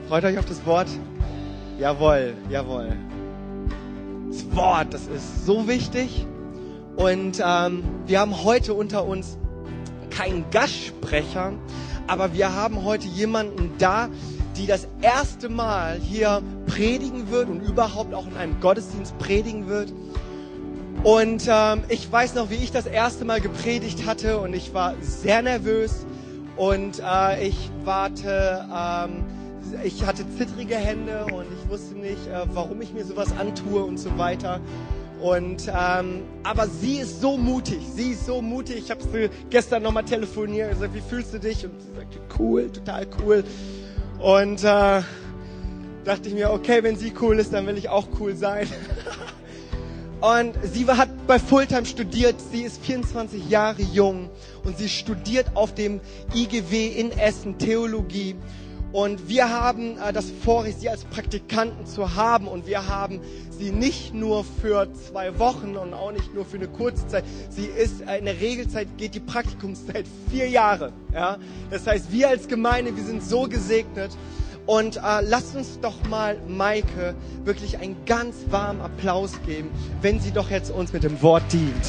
Freut euch auf das Wort? Jawohl, jawohl. Das Wort, das ist so wichtig. Und wir haben heute unter uns keinen Gastsprecher, aber wir haben heute jemanden da, die das erste Mal hier predigen wird und überhaupt auch in einem Gottesdienst predigen wird. Und ich weiß noch, wie ich das erste Mal gepredigt hatte und ich war sehr nervös und ich hatte zittrige Hände und ich wusste nicht, warum ich mir sowas antue und so weiter. Und aber sie ist so mutig, Ich habe sie gestern nochmal telefoniert und gesagt, wie fühlst du dich? Und sie sagte, cool, total cool. Und dachte ich mir, okay, wenn sie cool ist, dann will ich auch cool sein. Und sie hat bei Fulltime studiert, sie ist 24 Jahre jung und sie studiert auf dem IGW in Essen Theologie. Und wir haben das Vorrecht, sie als Praktikanten zu haben. Und wir haben sie nicht nur für 2 Wochen und auch nicht nur für eine kurze Zeit. Sie ist in der Regelzeit, geht die Praktikumszeit 4 Jahre. Ja? Das heißt, wir als Gemeinde, wir sind so gesegnet. Und lasst uns doch mal Maike wirklich einen ganz warmen Applaus geben, wenn sie doch jetzt uns mit dem Wort dient.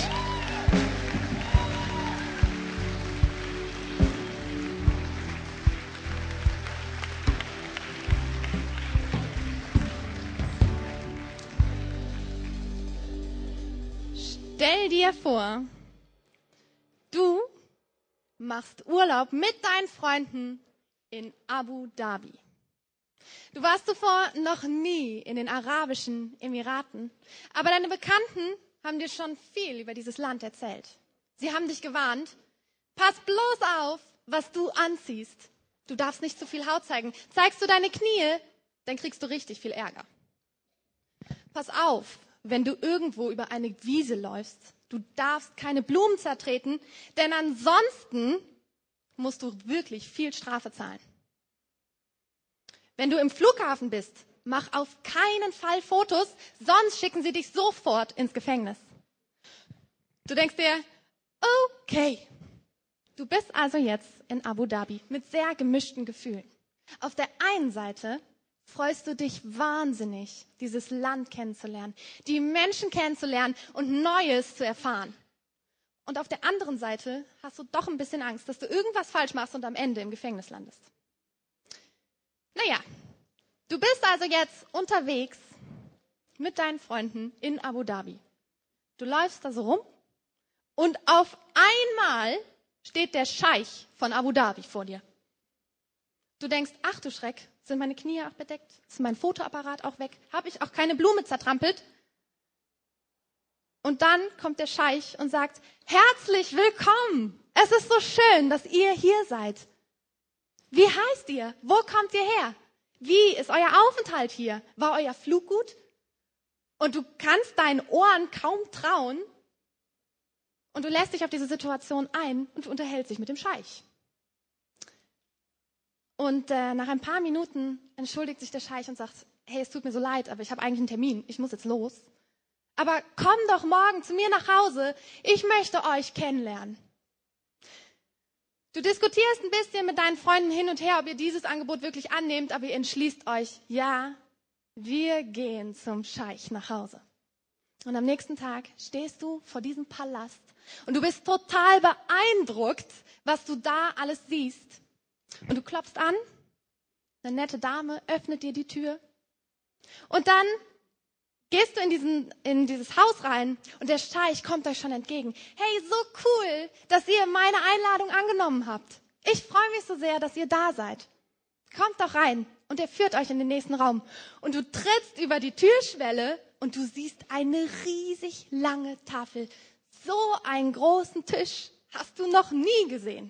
Stell dir vor, du machst Urlaub mit deinen Freunden in Abu Dhabi. Du warst zuvor noch nie in den Arabischen Emiraten, aber deine Bekannten haben dir schon viel über dieses Land erzählt. Sie haben dich gewarnt, pass bloß auf, was du anziehst. Du darfst nicht zu viel Haut zeigen. Zeigst du deine Knie, dann kriegst du richtig viel Ärger. Pass auf, wenn du irgendwo über eine Wiese läufst. Du darfst keine Blumen zertreten, denn ansonsten musst du wirklich viel Strafe zahlen. Wenn du im Flughafen bist, mach auf keinen Fall Fotos, sonst schicken sie dich sofort ins Gefängnis. Du denkst dir, okay, du bist also jetzt in Abu Dhabi mit sehr gemischten Gefühlen. Auf der einen Seite freust du dich wahnsinnig, dieses Land kennenzulernen, die Menschen kennenzulernen und Neues zu erfahren. Und auf der anderen Seite hast du doch ein bisschen Angst, dass du irgendwas falsch machst und am Ende im Gefängnis landest. Naja, du bist also jetzt unterwegs mit deinen Freunden in Abu Dhabi. Du läufst da so rum und auf einmal steht der Scheich von Abu Dhabi vor dir. Du denkst, ach du Schreck, sind meine Knie auch bedeckt? Ist mein Fotoapparat auch weg? Habe ich auch keine Blume zertrampelt? Und dann kommt der Scheich und sagt, herzlich willkommen. Es ist so schön, dass ihr hier seid. Wie heißt ihr? Wo kommt ihr her? Wie ist euer Aufenthalt hier? War euer Flug gut? Und du kannst deinen Ohren kaum trauen. Und du lässt dich auf diese Situation ein und du unterhältst dich mit dem Scheich. Und nach ein paar Minuten entschuldigt sich der Scheich und sagt, hey, es tut mir so leid, aber ich habe eigentlich einen Termin, ich muss jetzt los. Aber komm doch morgen zu mir nach Hause, ich möchte euch kennenlernen. Du diskutierst ein bisschen mit deinen Freunden hin und her, ob ihr dieses Angebot wirklich annehmt, aber ihr entschließt euch, ja, wir gehen zum Scheich nach Hause. Und am nächsten Tag stehst du vor diesem Palast und du bist total beeindruckt, was du da alles siehst. Und du klopfst an, eine nette Dame öffnet dir die Tür und dann gehst du in dieses Haus rein und der Scheich kommt euch schon entgegen. Hey, so cool, dass ihr meine Einladung angenommen habt. Ich freue mich so sehr, dass ihr da seid. Kommt doch rein und er führt euch in den nächsten Raum. Und du trittst über die Türschwelle und du siehst eine riesig lange Tafel. So einen großen Tisch hast du noch nie gesehen.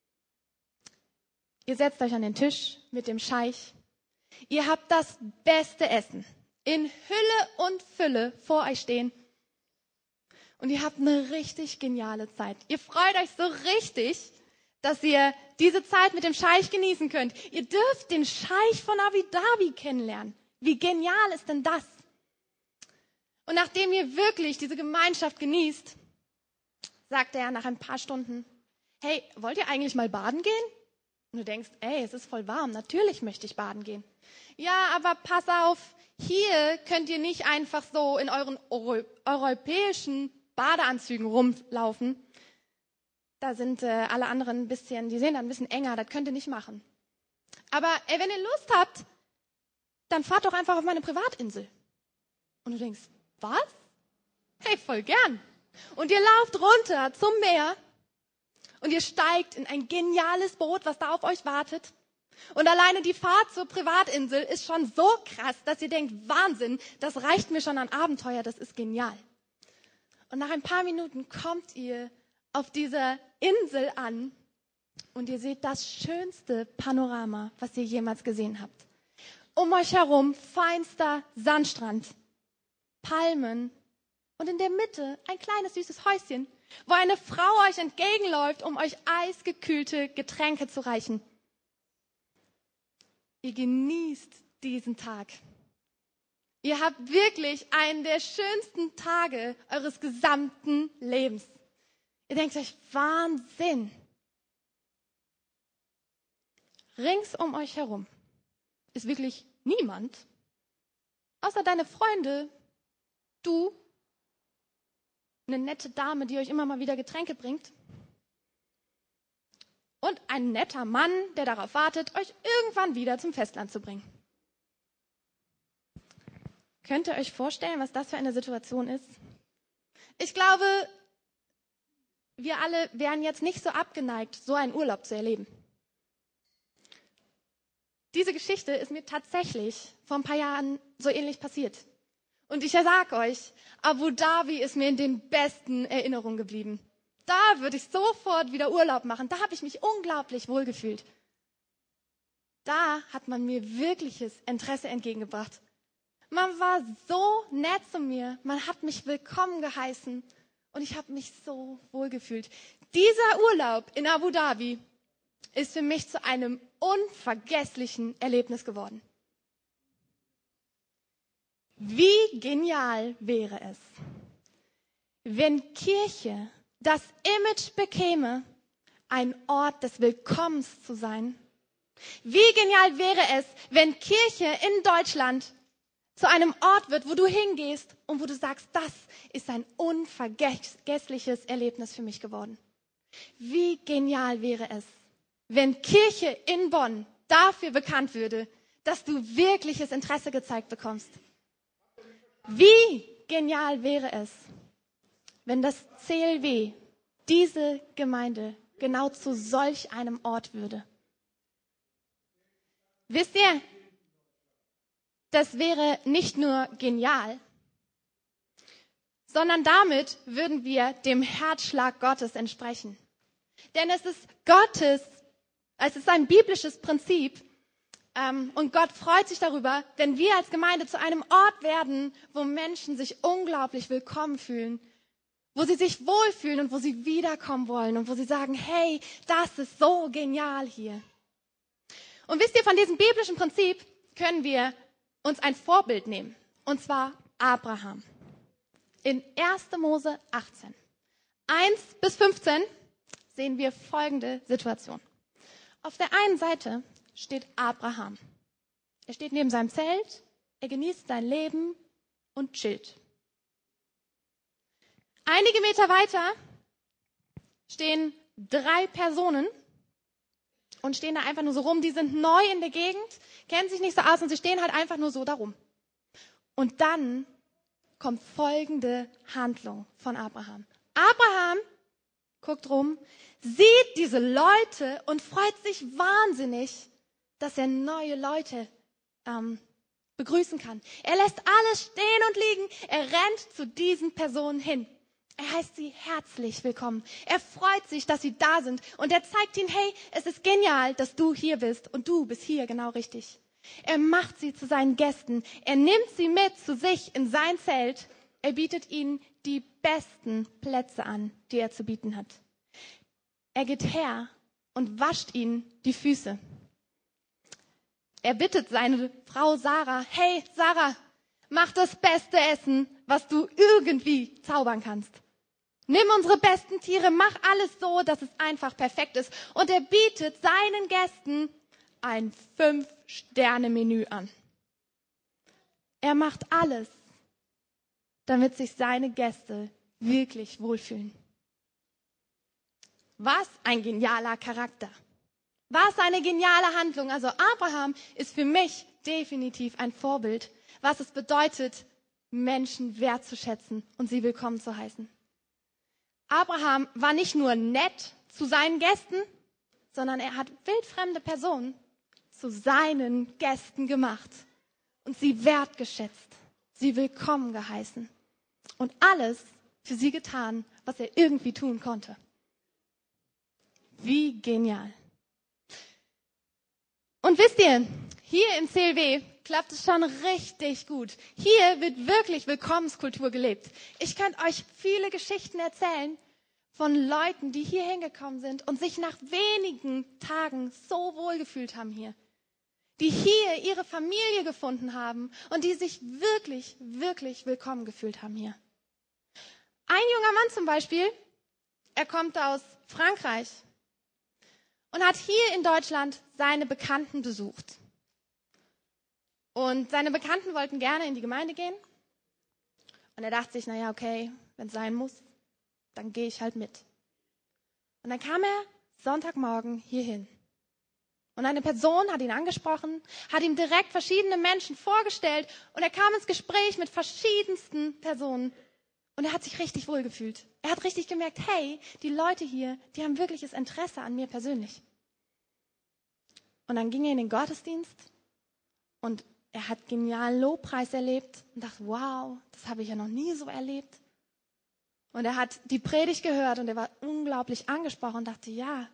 Ihr setzt euch an den Tisch mit dem Scheich. Ihr habt das beste Essen in Hülle und Fülle vor euch stehen. Und ihr habt eine richtig geniale Zeit. Ihr freut euch so richtig, dass ihr diese Zeit mit dem Scheich genießen könnt. Ihr dürft den Scheich von Abu Dhabi kennenlernen. Wie genial ist denn das? Und nachdem ihr wirklich diese Gemeinschaft genießt, sagt er nach ein paar Stunden, hey, wollt ihr eigentlich mal baden gehen? Und du denkst, ey, es ist voll warm, natürlich möchte ich baden gehen. Ja, aber pass auf, hier könnt ihr nicht einfach so in euren europäischen Badeanzügen rumlaufen. Da sind alle anderen die sehen da ein bisschen enger, das könnt ihr nicht machen. Aber ey, wenn ihr Lust habt, dann fahrt doch einfach auf meine Privatinsel. Und du denkst, was? Hey, voll gern. Und ihr lauft runter zum Meer und ihr steigt in ein geniales Boot, was da auf euch wartet. Und alleine die Fahrt zur Privatinsel ist schon so krass, dass ihr denkt, Wahnsinn, das reicht mir schon an Abenteuer, das ist genial. Und nach ein paar Minuten kommt ihr auf dieser Insel an und ihr seht das schönste Panorama, was ihr jemals gesehen habt. Um euch herum feinster Sandstrand, Palmen und in der Mitte ein kleines süßes Häuschen, wo eine Frau euch entgegenläuft, um euch eisgekühlte Getränke zu reichen. Ihr genießt diesen Tag. Ihr habt wirklich einen der schönsten Tage eures gesamten Lebens. Ihr denkt euch, Wahnsinn. Rings um euch herum ist wirklich niemand, außer deine Freunde, du, eine nette Dame, die euch immer mal wieder Getränke bringt und ein netter Mann, der darauf wartet, euch irgendwann wieder zum Festland zu bringen. Könnt ihr euch vorstellen, was das für eine Situation ist? Ich glaube, wir alle wären jetzt nicht so abgeneigt, so einen Urlaub zu erleben. Diese Geschichte ist mir tatsächlich vor ein paar Jahren so ähnlich passiert. Und ich sage euch, Abu Dhabi ist mir in den besten Erinnerungen geblieben. Da würde ich sofort wieder Urlaub machen. Da habe ich mich unglaublich wohl gefühlt. Da hat man mir wirkliches Interesse entgegengebracht. Man war so nett zu mir. Man hat mich willkommen geheißen. Und ich habe mich so wohl gefühlt. Dieser Urlaub in Abu Dhabi ist für mich zu einem unvergesslichen Erlebnis geworden. Wie genial wäre es, wenn Kirche das Image bekäme, ein Ort des Willkommens zu sein? Wie genial wäre es, wenn Kirche in Deutschland zu einem Ort wird, wo du hingehst und wo du sagst, das ist ein unvergessliches Erlebnis für mich geworden. Wie genial wäre es, wenn Kirche in Bonn dafür bekannt würde, dass du wirkliches Interesse gezeigt bekommst. Wie genial wäre es, wenn das CLW, diese Gemeinde, genau zu solch einem Ort würde. Wisst ihr, das wäre nicht nur genial, sondern damit würden wir dem Herzschlag Gottes entsprechen. Denn es ist ein biblisches Prinzip, und Gott freut sich darüber, wenn wir als Gemeinde zu einem Ort werden, wo Menschen sich unglaublich willkommen fühlen, wo sie sich wohlfühlen und wo sie wiederkommen wollen und wo sie sagen, hey, das ist so genial hier. Und wisst ihr, von diesem biblischen Prinzip können wir uns ein Vorbild nehmen, und zwar Abraham. In 1. Mose 18, 1-15 sehen wir folgende Situation. Auf der einen Seite steht Abraham. Er steht neben seinem Zelt, er genießt sein Leben und chillt. Einige Meter weiter stehen 3 Personen und stehen da einfach nur so rum. Die sind neu in der Gegend, kennen sich nicht so aus und sie stehen halt einfach nur so da rum. Und dann kommt folgende Handlung von Abraham. Abraham guckt rum, sieht diese Leute und freut sich wahnsinnig, dass er neue Leute begrüßen kann. Er lässt alles stehen und liegen. Er rennt zu diesen Personen hin. Er heißt sie herzlich willkommen. Er freut sich, dass sie da sind. Und er zeigt ihnen, hey, es ist genial, dass du hier bist. Und du bist hier genau richtig. Er macht sie zu seinen Gästen. Er nimmt sie mit zu sich in sein Zelt. Er bietet ihnen die besten Plätze an, die er zu bieten hat. Er geht her und wascht ihnen die Füße. Er bittet seine Frau Sarah, hey Sarah, mach das beste Essen, was du irgendwie zaubern kannst. Nimm unsere besten Tiere, mach alles so, dass es einfach perfekt ist. Und er bietet seinen Gästen ein 5-Sterne-Menü an. Er macht alles, damit sich seine Gäste wirklich wohlfühlen. Was ein genialer Charakter. Was eine geniale Handlung. Also Abraham ist für mich definitiv ein Vorbild, was es bedeutet, Menschen wertzuschätzen und sie willkommen zu heißen. Abraham war nicht nur nett zu seinen Gästen, sondern er hat wildfremde Personen zu seinen Gästen gemacht und sie wertgeschätzt, sie willkommen geheißen und alles für sie getan, was er irgendwie tun konnte. Wie genial. Und wisst ihr, hier im CLW klappt es schon richtig gut. Hier wird wirklich Willkommenskultur gelebt. Ich könnte euch viele Geschichten erzählen von Leuten, die hier hingekommen sind und sich nach wenigen Tagen so wohlgefühlt haben hier. Die hier ihre Familie gefunden haben und die sich wirklich, wirklich willkommen gefühlt haben hier. Ein junger Mann zum Beispiel, er kommt aus Frankreich und hat hier in Deutschland seine Bekannten besucht. Und seine Bekannten wollten gerne in die Gemeinde gehen. Und er dachte sich, naja, okay, wenn es sein muss, dann gehe ich halt mit. Und dann kam er Sonntagmorgen hierhin. Und eine Person hat ihn angesprochen, hat ihm direkt verschiedene Menschen vorgestellt und er kam ins Gespräch mit verschiedensten Personen. Und er hat sich richtig wohl gefühlt. Er hat richtig gemerkt, hey, die Leute hier, die haben wirkliches Interesse an mir persönlich. Und dann ging er in den Gottesdienst und er hat genialen Lobpreis erlebt und dachte, wow, das habe ich ja noch nie so erlebt. Und er hat die Predigt gehört und er war unglaublich angesprochen und dachte, ja.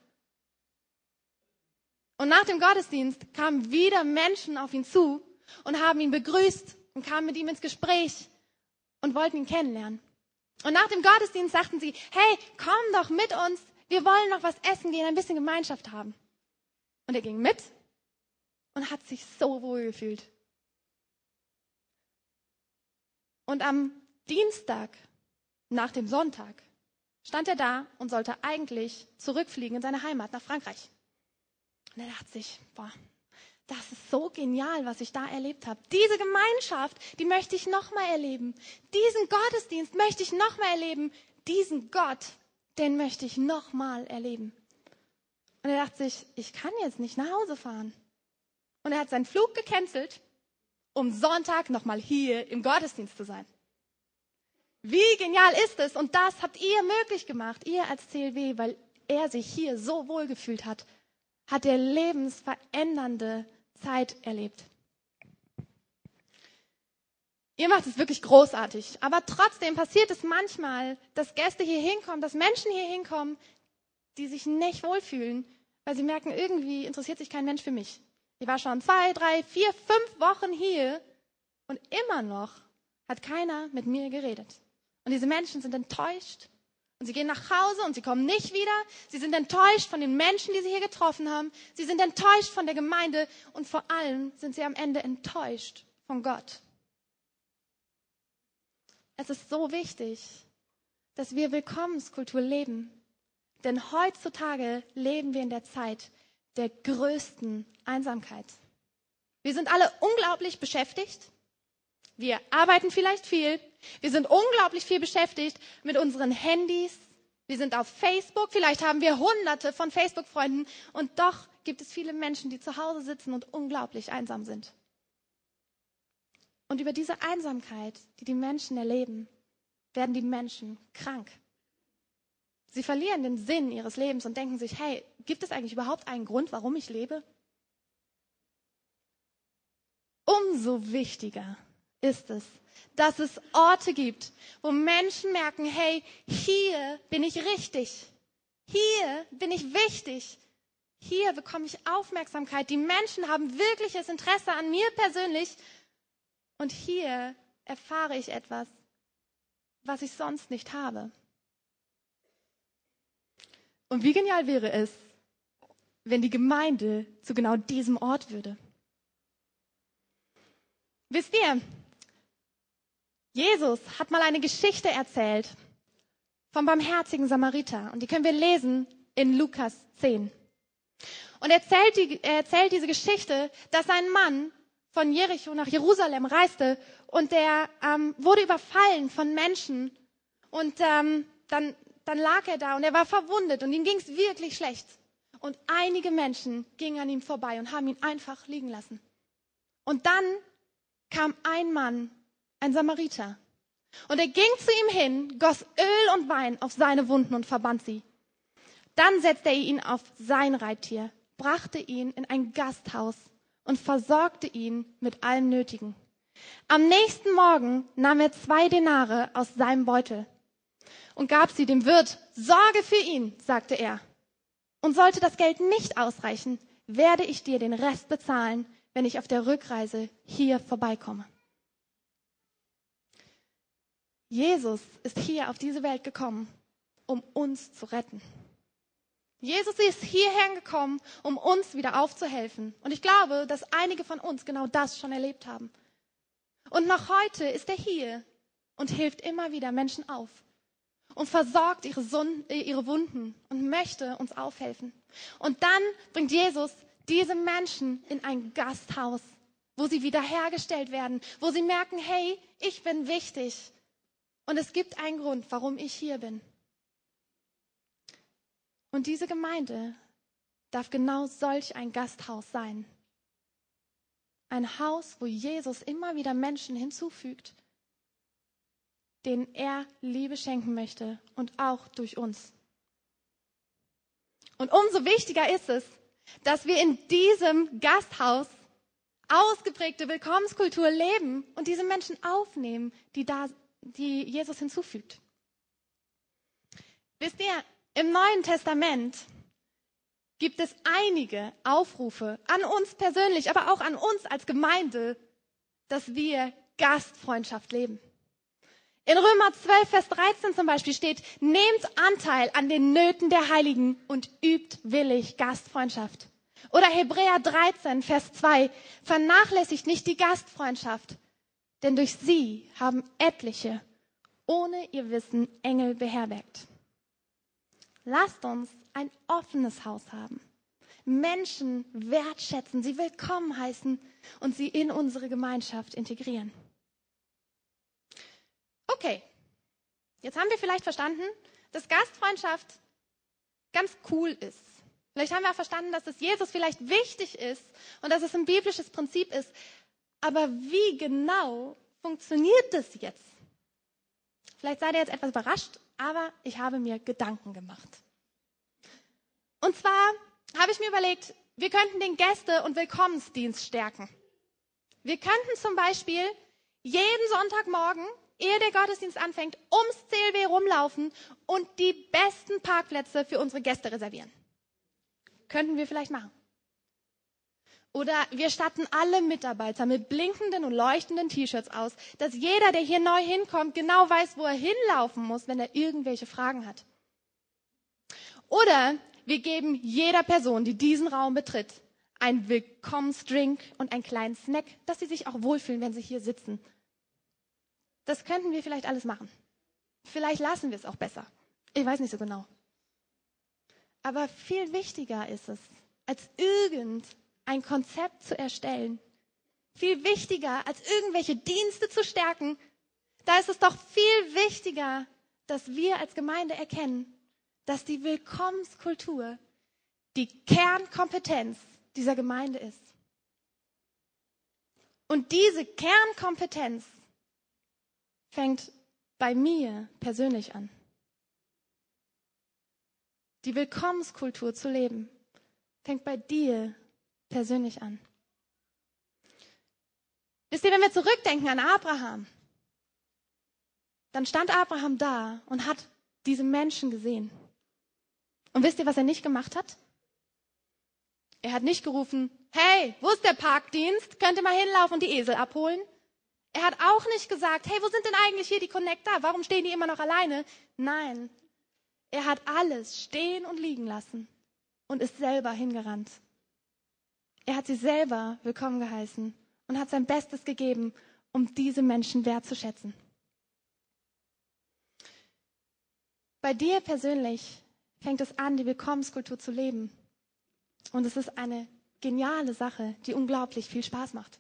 Und nach dem Gottesdienst kamen wieder Menschen auf ihn zu und haben ihn begrüßt und kamen mit ihm ins Gespräch und wollten ihn kennenlernen. Und nach dem Gottesdienst sagten sie, hey, komm doch mit uns, wir wollen noch was essen gehen, ein bisschen Gemeinschaft haben. Und er ging mit und hat sich so wohl gefühlt. Und am Dienstag, nach dem Sonntag, stand er da und sollte eigentlich zurückfliegen in seine Heimat nach Frankreich. Und er dachte sich, boah, das ist so genial, was ich da erlebt habe. Diese Gemeinschaft, die möchte ich nochmal erleben. Diesen Gottesdienst möchte ich nochmal erleben. Diesen Gott, den möchte ich nochmal erleben. Und er dachte sich, ich kann jetzt nicht nach Hause fahren. Und er hat seinen Flug gecancelt, um Sonntag nochmal hier im Gottesdienst zu sein. Wie genial ist es? Und das habt ihr möglich gemacht, ihr als CLW, weil er sich hier so wohl gefühlt hat, hat er lebensverändernde Zeit erlebt. Ihr macht es wirklich großartig, aber trotzdem passiert es manchmal, dass Gäste hier hinkommen, dass Menschen hier hinkommen, die sich nicht wohlfühlen, weil sie merken, irgendwie interessiert sich kein Mensch für mich. Ich war schon 2, 3, 4, 5 Wochen hier und immer noch hat keiner mit mir geredet. Und diese Menschen sind enttäuscht und sie gehen nach Hause und sie kommen nicht wieder. Sie sind enttäuscht von den Menschen, die sie hier getroffen haben. Sie sind enttäuscht von der Gemeinde und vor allem sind sie am Ende enttäuscht von Gott. Es ist so wichtig, dass wir Willkommenskultur leben. Denn heutzutage leben wir in der Zeit der größten Einsamkeit. Wir sind alle unglaublich beschäftigt. Wir arbeiten vielleicht viel. Wir sind unglaublich viel beschäftigt mit unseren Handys. Wir sind auf Facebook. Vielleicht haben wir Hunderte von Facebook-Freunden. Und doch gibt es viele Menschen, die zu Hause sitzen und unglaublich einsam sind. Und über diese Einsamkeit, die die Menschen erleben, werden die Menschen krank. Sie verlieren den Sinn ihres Lebens und denken sich, hey, gibt es eigentlich überhaupt einen Grund, warum ich lebe? Umso wichtiger ist es, dass es Orte gibt, wo Menschen merken, hey, hier bin ich richtig, hier bin ich wichtig, hier bekomme ich Aufmerksamkeit. Die Menschen haben wirkliches Interesse an mir persönlich und hier erfahre ich etwas, was ich sonst nicht habe. Und wie genial wäre es, wenn die Gemeinde zu genau diesem Ort würde. Wisst ihr, Jesus hat mal eine Geschichte erzählt vom barmherzigen Samariter. Und die können wir lesen in Lukas 10. Und er erzählt diese Geschichte, dass ein Mann von Jericho nach Jerusalem reiste und der wurde überfallen von Menschen. Und dann lag er da und er war verwundet und ihm ging es wirklich schlecht. Und einige Menschen gingen an ihm vorbei und haben ihn einfach liegen lassen. Und dann kam ein Mann, ein Samariter. Und er ging zu ihm hin, goss Öl und Wein auf seine Wunden und verband sie. Dann setzte er ihn auf sein Reittier, brachte ihn in ein Gasthaus und versorgte ihn mit allem Nötigen. Am nächsten Morgen nahm er 2 Denare aus seinem Beutel und gab sie dem Wirt. Sorge für ihn, sagte er. Und sollte das Geld nicht ausreichen, werde ich dir den Rest bezahlen, wenn ich auf der Rückreise hier vorbeikomme. Jesus ist hier auf diese Welt gekommen, um uns zu retten. Jesus ist hierher gekommen, um uns wieder aufzuhelfen. Und ich glaube, dass einige von uns genau das schon erlebt haben. Und noch heute ist er hier und hilft immer wieder Menschen auf und versorgt ihre Wunden und möchte uns aufhelfen. Und dann bringt Jesus diese Menschen in ein Gasthaus, wo sie wiederhergestellt werden, wo sie merken, hey, ich bin wichtig. Und es gibt einen Grund, warum ich hier bin. Und diese Gemeinde darf genau solch ein Gasthaus sein. Ein Haus, wo Jesus immer wieder Menschen hinzufügt, denen er Liebe schenken möchte und auch durch uns. Und umso wichtiger ist es, dass wir in diesem Gasthaus ausgeprägte Willkommenskultur leben und diese Menschen aufnehmen, die Jesus hinzufügt. Wisst ihr, im Neuen Testament gibt es einige Aufrufe an uns persönlich, aber auch an uns als Gemeinde, dass wir Gastfreundschaft leben. In Römer 12, Vers 13 zum Beispiel steht, nehmt Anteil an den Nöten der Heiligen und übt willig Gastfreundschaft. Oder Hebräer 13, Vers 2, vernachlässigt nicht die Gastfreundschaft, denn durch sie haben etliche ohne ihr Wissen Engel beherbergt. Lasst uns ein offenes Haus haben, Menschen wertschätzen, sie willkommen heißen und sie in unsere Gemeinschaft integrieren. Okay, jetzt haben wir vielleicht verstanden, dass Gastfreundschaft ganz cool ist. Vielleicht haben wir auch verstanden, dass es Jesus vielleicht wichtig ist und dass es ein biblisches Prinzip ist. Aber wie genau funktioniert das jetzt? Vielleicht seid ihr jetzt etwas überrascht, aber ich habe mir Gedanken gemacht. Und zwar habe ich mir überlegt, wir könnten den Gäste- und Willkommensdienst stärken. Wir könnten zum Beispiel jeden Sonntagmorgen, ehe der Gottesdienst anfängt, ums CLW rumlaufen und die besten Parkplätze für unsere Gäste reservieren. Könnten wir vielleicht machen. Oder wir statten alle Mitarbeiter mit blinkenden und leuchtenden T-Shirts aus, dass jeder, der hier neu hinkommt, genau weiß, wo er hinlaufen muss, wenn er irgendwelche Fragen hat. Oder wir geben jeder Person, die diesen Raum betritt, einen Willkommensdrink und einen kleinen Snack, dass sie sich auch wohlfühlen, wenn sie hier sitzen. Das könnten wir vielleicht alles machen. Vielleicht lassen wir es auch besser. Ich weiß nicht so genau. Aber viel wichtiger ist es, als irgendein Konzept zu erstellen, viel wichtiger, als irgendwelche Dienste zu stärken, da ist es doch viel wichtiger, dass wir als Gemeinde erkennen, dass die Willkommenskultur die Kernkompetenz dieser Gemeinde ist. Und diese Kernkompetenz fängt bei mir persönlich an. Die Willkommenskultur zu leben, fängt bei dir persönlich an. Wisst ihr, wenn wir zurückdenken an Abraham, dann stand Abraham da und hat diese Menschen gesehen. Und wisst ihr, was er nicht gemacht hat? Er hat nicht gerufen, hey, wo ist der Parkdienst? Könnt ihr mal hinlaufen und die Esel abholen? Er hat auch nicht gesagt, hey, wo sind denn eigentlich hier die Connector? Warum stehen die immer noch alleine? Nein, er hat alles stehen und liegen lassen und ist selber hingerannt. Er hat sie selber willkommen geheißen und hat sein Bestes gegeben, um diese Menschen wertzuschätzen. Bei dir persönlich fängt es an, die Willkommenskultur zu leben. Und es ist eine geniale Sache, die unglaublich viel Spaß macht.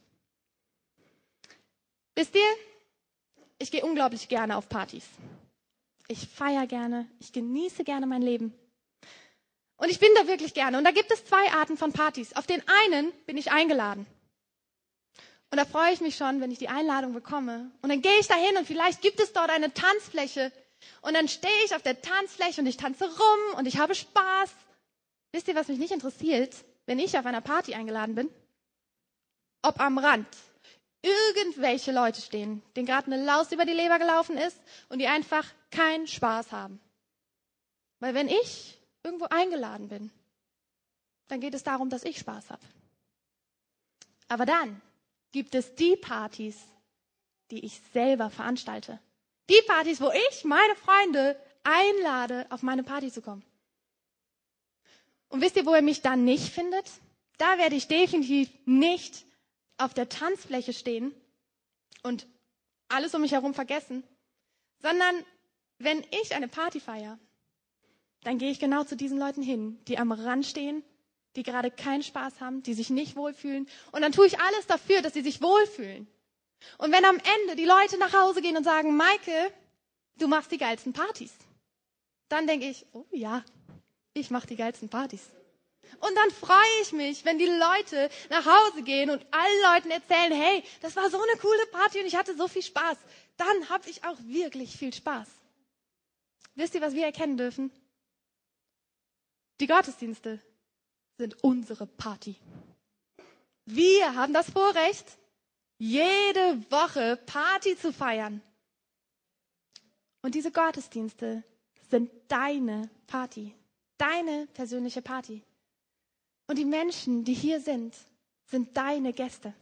Wisst ihr, ich gehe unglaublich gerne auf Partys. Ich feiere gerne, ich genieße gerne mein Leben. Und ich bin da wirklich gerne. Und da gibt es 2 Arten von Partys. Auf den einen bin ich eingeladen. Und da freue ich mich schon, wenn ich die Einladung bekomme. Und dann gehe ich da hin und vielleicht gibt es dort eine Tanzfläche. Und dann stehe ich auf der Tanzfläche und ich tanze rum und ich habe Spaß. Wisst ihr, was mich nicht interessiert, wenn ich auf einer Party eingeladen bin? Ob am Rand irgendwelche Leute stehen, denen gerade eine Laus über die Leber gelaufen ist und die einfach keinen Spaß haben. Weil wenn ich irgendwo eingeladen bin, dann geht es darum, dass ich Spaß habe. Aber dann gibt es die Partys, die ich selber veranstalte. Die Partys, wo ich meine Freunde einlade, auf meine Party zu kommen. Und wisst ihr, wo ihr mich dann nicht findet? Da werde ich definitiv nicht auf der Tanzfläche stehen und alles um mich herum vergessen, sondern wenn ich eine Party feiere, dann gehe ich genau zu diesen Leuten hin, die am Rand stehen, die gerade keinen Spaß haben, die sich nicht wohlfühlen. Und dann tue ich alles dafür, dass sie sich wohlfühlen. Und wenn am Ende die Leute nach Hause gehen und sagen, Maike, du machst die geilsten Partys, dann denke ich, oh ja, ich mache die geilsten Partys. Und dann freue ich mich, wenn die Leute nach Hause gehen und allen Leuten erzählen, hey, das war so eine coole Party und ich hatte so viel Spaß. Dann habe ich auch wirklich viel Spaß. Wisst ihr, was wir erkennen dürfen? Die Gottesdienste sind unsere Party. Wir haben das Vorrecht, jede Woche Party zu feiern. Und diese Gottesdienste sind deine Party, deine persönliche Party. Und die Menschen, die hier sind deine Gäste.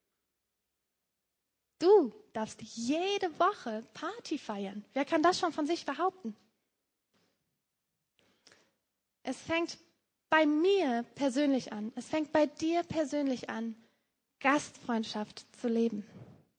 Du darfst jede Woche Party feiern. Wer kann das schon von sich behaupten? Es fängt bei mir persönlich an. Es fängt bei dir persönlich an, Gastfreundschaft zu leben.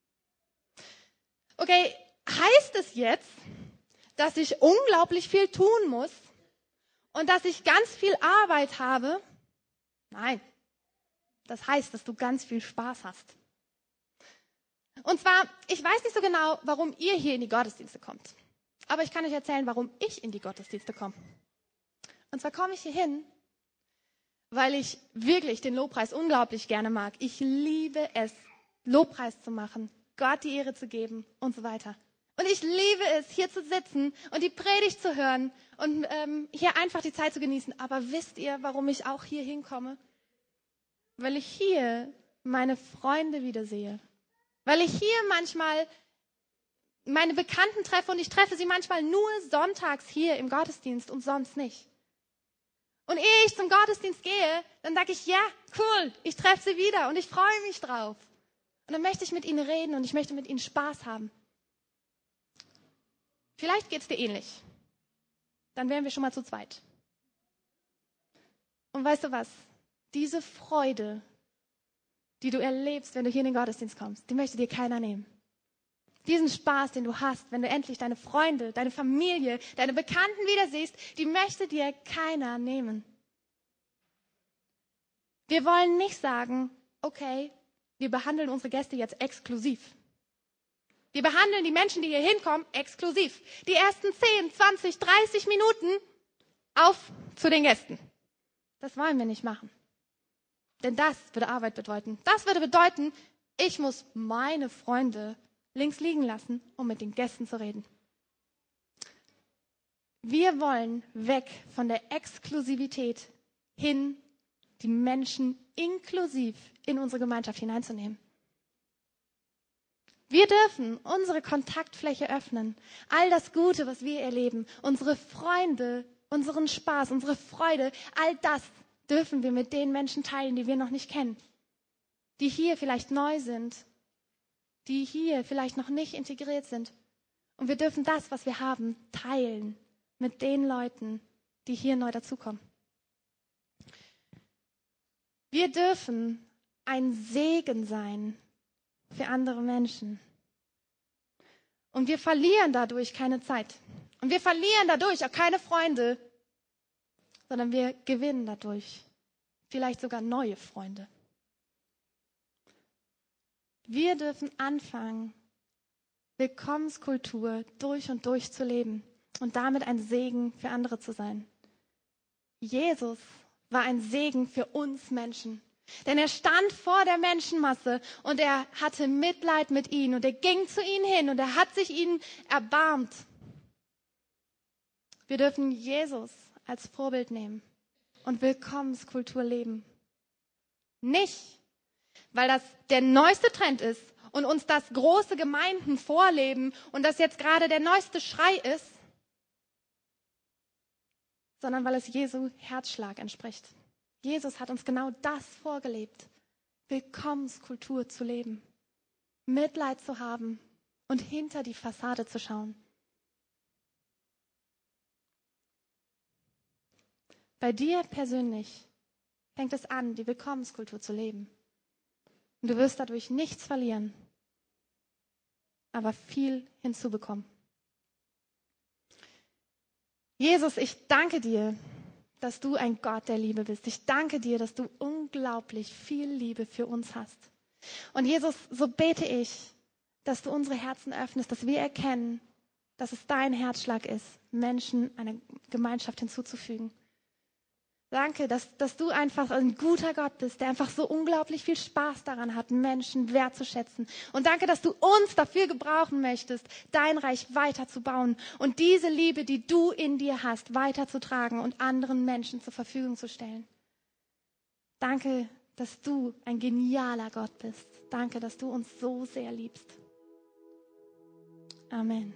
Okay, heißt es jetzt, dass ich unglaublich viel tun muss und dass ich ganz viel Arbeit habe? Nein, das heißt, dass du ganz viel Spaß hast. Und zwar, ich weiß nicht so genau, warum ihr hier in die Gottesdienste kommt. Aber ich kann euch erzählen, warum ich in die Gottesdienste komme. Und zwar komme ich hier hin, weil ich wirklich den Lobpreis unglaublich gerne mag. Ich liebe es, Lobpreis zu machen, Gott die Ehre zu geben und so weiter. Und ich liebe es, hier zu sitzen und die Predigt zu hören und hier einfach die Zeit zu genießen. Aber wisst ihr, warum ich auch hier hinkomme? Weil ich hier meine Freunde wiedersehe. Weil ich hier manchmal meine Bekannten treffe und ich treffe sie manchmal nur sonntags hier im Gottesdienst und sonst nicht. Und ehe ich zum Gottesdienst gehe, dann sage ich, ja, cool, ich treffe sie wieder und ich freue mich drauf. Und dann möchte ich mit ihnen reden und ich möchte mit ihnen Spaß haben. Vielleicht geht es dir ähnlich. Dann wären wir schon mal zu zweit. Und weißt du was? Diese Freude, die du erlebst, wenn du hier in den Gottesdienst kommst, die möchte dir keiner nehmen. Diesen Spaß, den du hast, wenn du endlich deine Freunde, deine Familie, deine Bekannten wieder siehst, die möchte dir keiner nehmen. Wir wollen nicht sagen, okay, wir behandeln unsere Gäste jetzt exklusiv. Wir behandeln die Menschen, die hier hinkommen, exklusiv. Die ersten 10, 20, 30 Minuten auf zu den Gästen. Das wollen wir nicht machen. Denn das würde Arbeit bedeuten. Das würde bedeuten, ich muss meine Freunde links liegen lassen, um mit den Gästen zu reden. Wir wollen weg von der Exklusivität hin, die Menschen inklusiv in unsere Gemeinschaft hineinzunehmen. Wir dürfen unsere Kontaktfläche öffnen. All das Gute, was wir erleben, unsere Freunde, unseren Spaß, unsere Freude, all das dürfen wir mit den Menschen teilen, die wir noch nicht kennen, die hier vielleicht neu sind, die hier vielleicht noch nicht integriert sind. Und wir dürfen das, was wir haben, teilen mit den Leuten, die hier neu dazukommen. Wir dürfen ein Segen sein für andere Menschen. Und wir verlieren dadurch keine Zeit. Und wir verlieren dadurch auch keine Freunde, sondern wir gewinnen dadurch vielleicht sogar neue Freunde. Wir dürfen anfangen, Willkommenskultur durch und durch zu leben und damit ein Segen für andere zu sein. Jesus war ein Segen für uns Menschen. Denn er stand vor der Menschenmasse und er hatte Mitleid mit ihnen und er ging zu ihnen hin und er hat sich ihnen erbarmt. Wir dürfen Jesus als Vorbild nehmen und Willkommenskultur leben. Nicht, weil das der neueste Trend ist und uns das große Gemeinden vorleben und das jetzt gerade der neueste Schrei ist, sondern weil es Jesu Herzschlag entspricht. Jesus hat uns genau das vorgelebt, Willkommenskultur zu leben, Mitleid zu haben und hinter die Fassade zu schauen. Bei dir persönlich fängt es an, die Willkommenskultur zu leben. Und du wirst dadurch nichts verlieren, aber viel hinzubekommen. Jesus, ich danke dir, dass du ein Gott der Liebe bist. Ich danke dir, dass du unglaublich viel Liebe für uns hast. Und Jesus, so bete ich, dass du unsere Herzen öffnest, dass wir erkennen, dass es dein Herzschlag ist, Menschen einer Gemeinschaft hinzuzufügen. Danke, dass du einfach ein guter Gott bist, der einfach so unglaublich viel Spaß daran hat, Menschen wertzuschätzen. Und danke, dass du uns dafür gebrauchen möchtest, dein Reich weiterzubauen und diese Liebe, die du in dir hast, weiterzutragen und anderen Menschen zur Verfügung zu stellen. Danke, dass du ein genialer Gott bist. Danke, dass du uns so sehr liebst. Amen.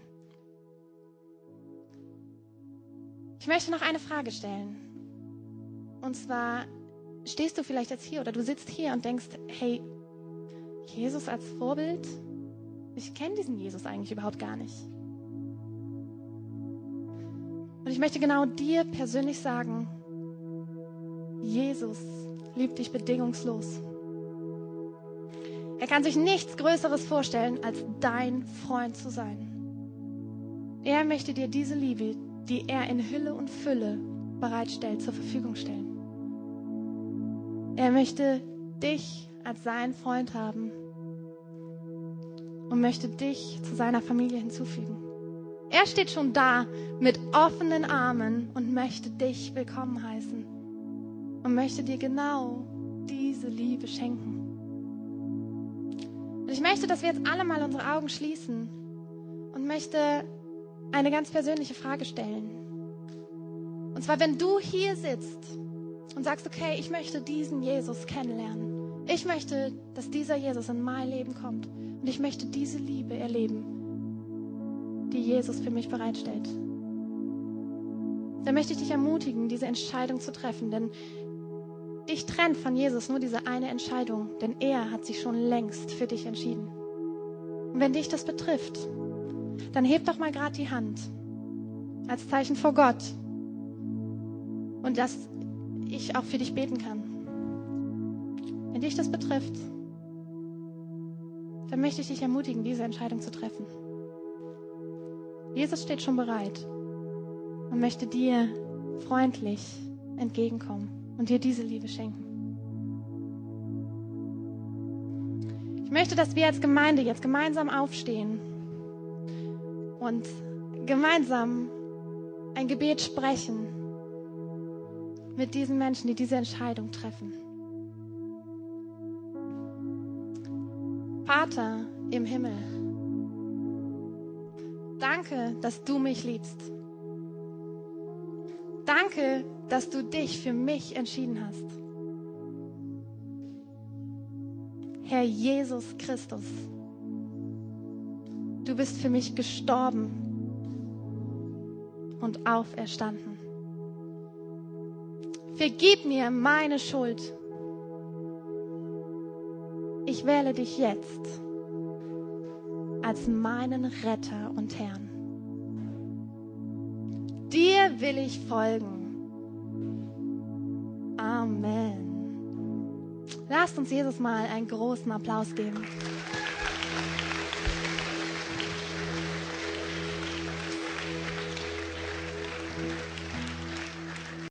Ich möchte noch eine Frage stellen. Und zwar stehst du vielleicht jetzt hier oder du sitzt hier und denkst, hey, Jesus als Vorbild? Ich kenne diesen Jesus eigentlich überhaupt gar nicht. Und ich möchte genau dir persönlich sagen, Jesus liebt dich bedingungslos. Er kann sich nichts Größeres vorstellen, als dein Freund zu sein. Er möchte dir diese Liebe, die er in Hülle und Fülle bereitstellt, zur Verfügung stellen. Er möchte dich als seinen Freund haben und möchte dich zu seiner Familie hinzufügen. Er steht schon da mit offenen Armen und möchte dich willkommen heißen und möchte dir genau diese Liebe schenken. Und ich möchte, dass wir jetzt alle mal unsere Augen schließen und möchte eine ganz persönliche Frage stellen. Und zwar, wenn du hier sitzt und sagst, okay, ich möchte diesen Jesus kennenlernen. Ich möchte, dass dieser Jesus in mein Leben kommt. Und ich möchte diese Liebe erleben, die Jesus für mich bereitstellt. Dann möchte ich dich ermutigen, diese Entscheidung zu treffen. Denn dich trennt von Jesus nur diese eine Entscheidung. Denn er hat sich schon längst für dich entschieden. Und wenn dich das betrifft, dann heb doch mal gerade die Hand. Als Zeichen vor Gott. Und dass ich auch für dich beten kann. Wenn dich das betrifft, dann möchte ich dich ermutigen, diese Entscheidung zu treffen. Jesus steht schon bereit und möchte dir freundlich entgegenkommen und dir diese Liebe schenken. Ich möchte, dass wir als Gemeinde jetzt gemeinsam aufstehen und gemeinsam ein Gebet sprechen mit diesen Menschen, die diese Entscheidung treffen. Vater im Himmel, danke, dass du mich liebst. Danke, dass du dich für mich entschieden hast. Herr Jesus Christus, du bist für mich gestorben und auferstanden. Vergib mir meine Schuld. Ich wähle dich jetzt als meinen Retter und Herrn. Dir will ich folgen. Amen. Lasst uns Jesus mal einen großen Applaus geben.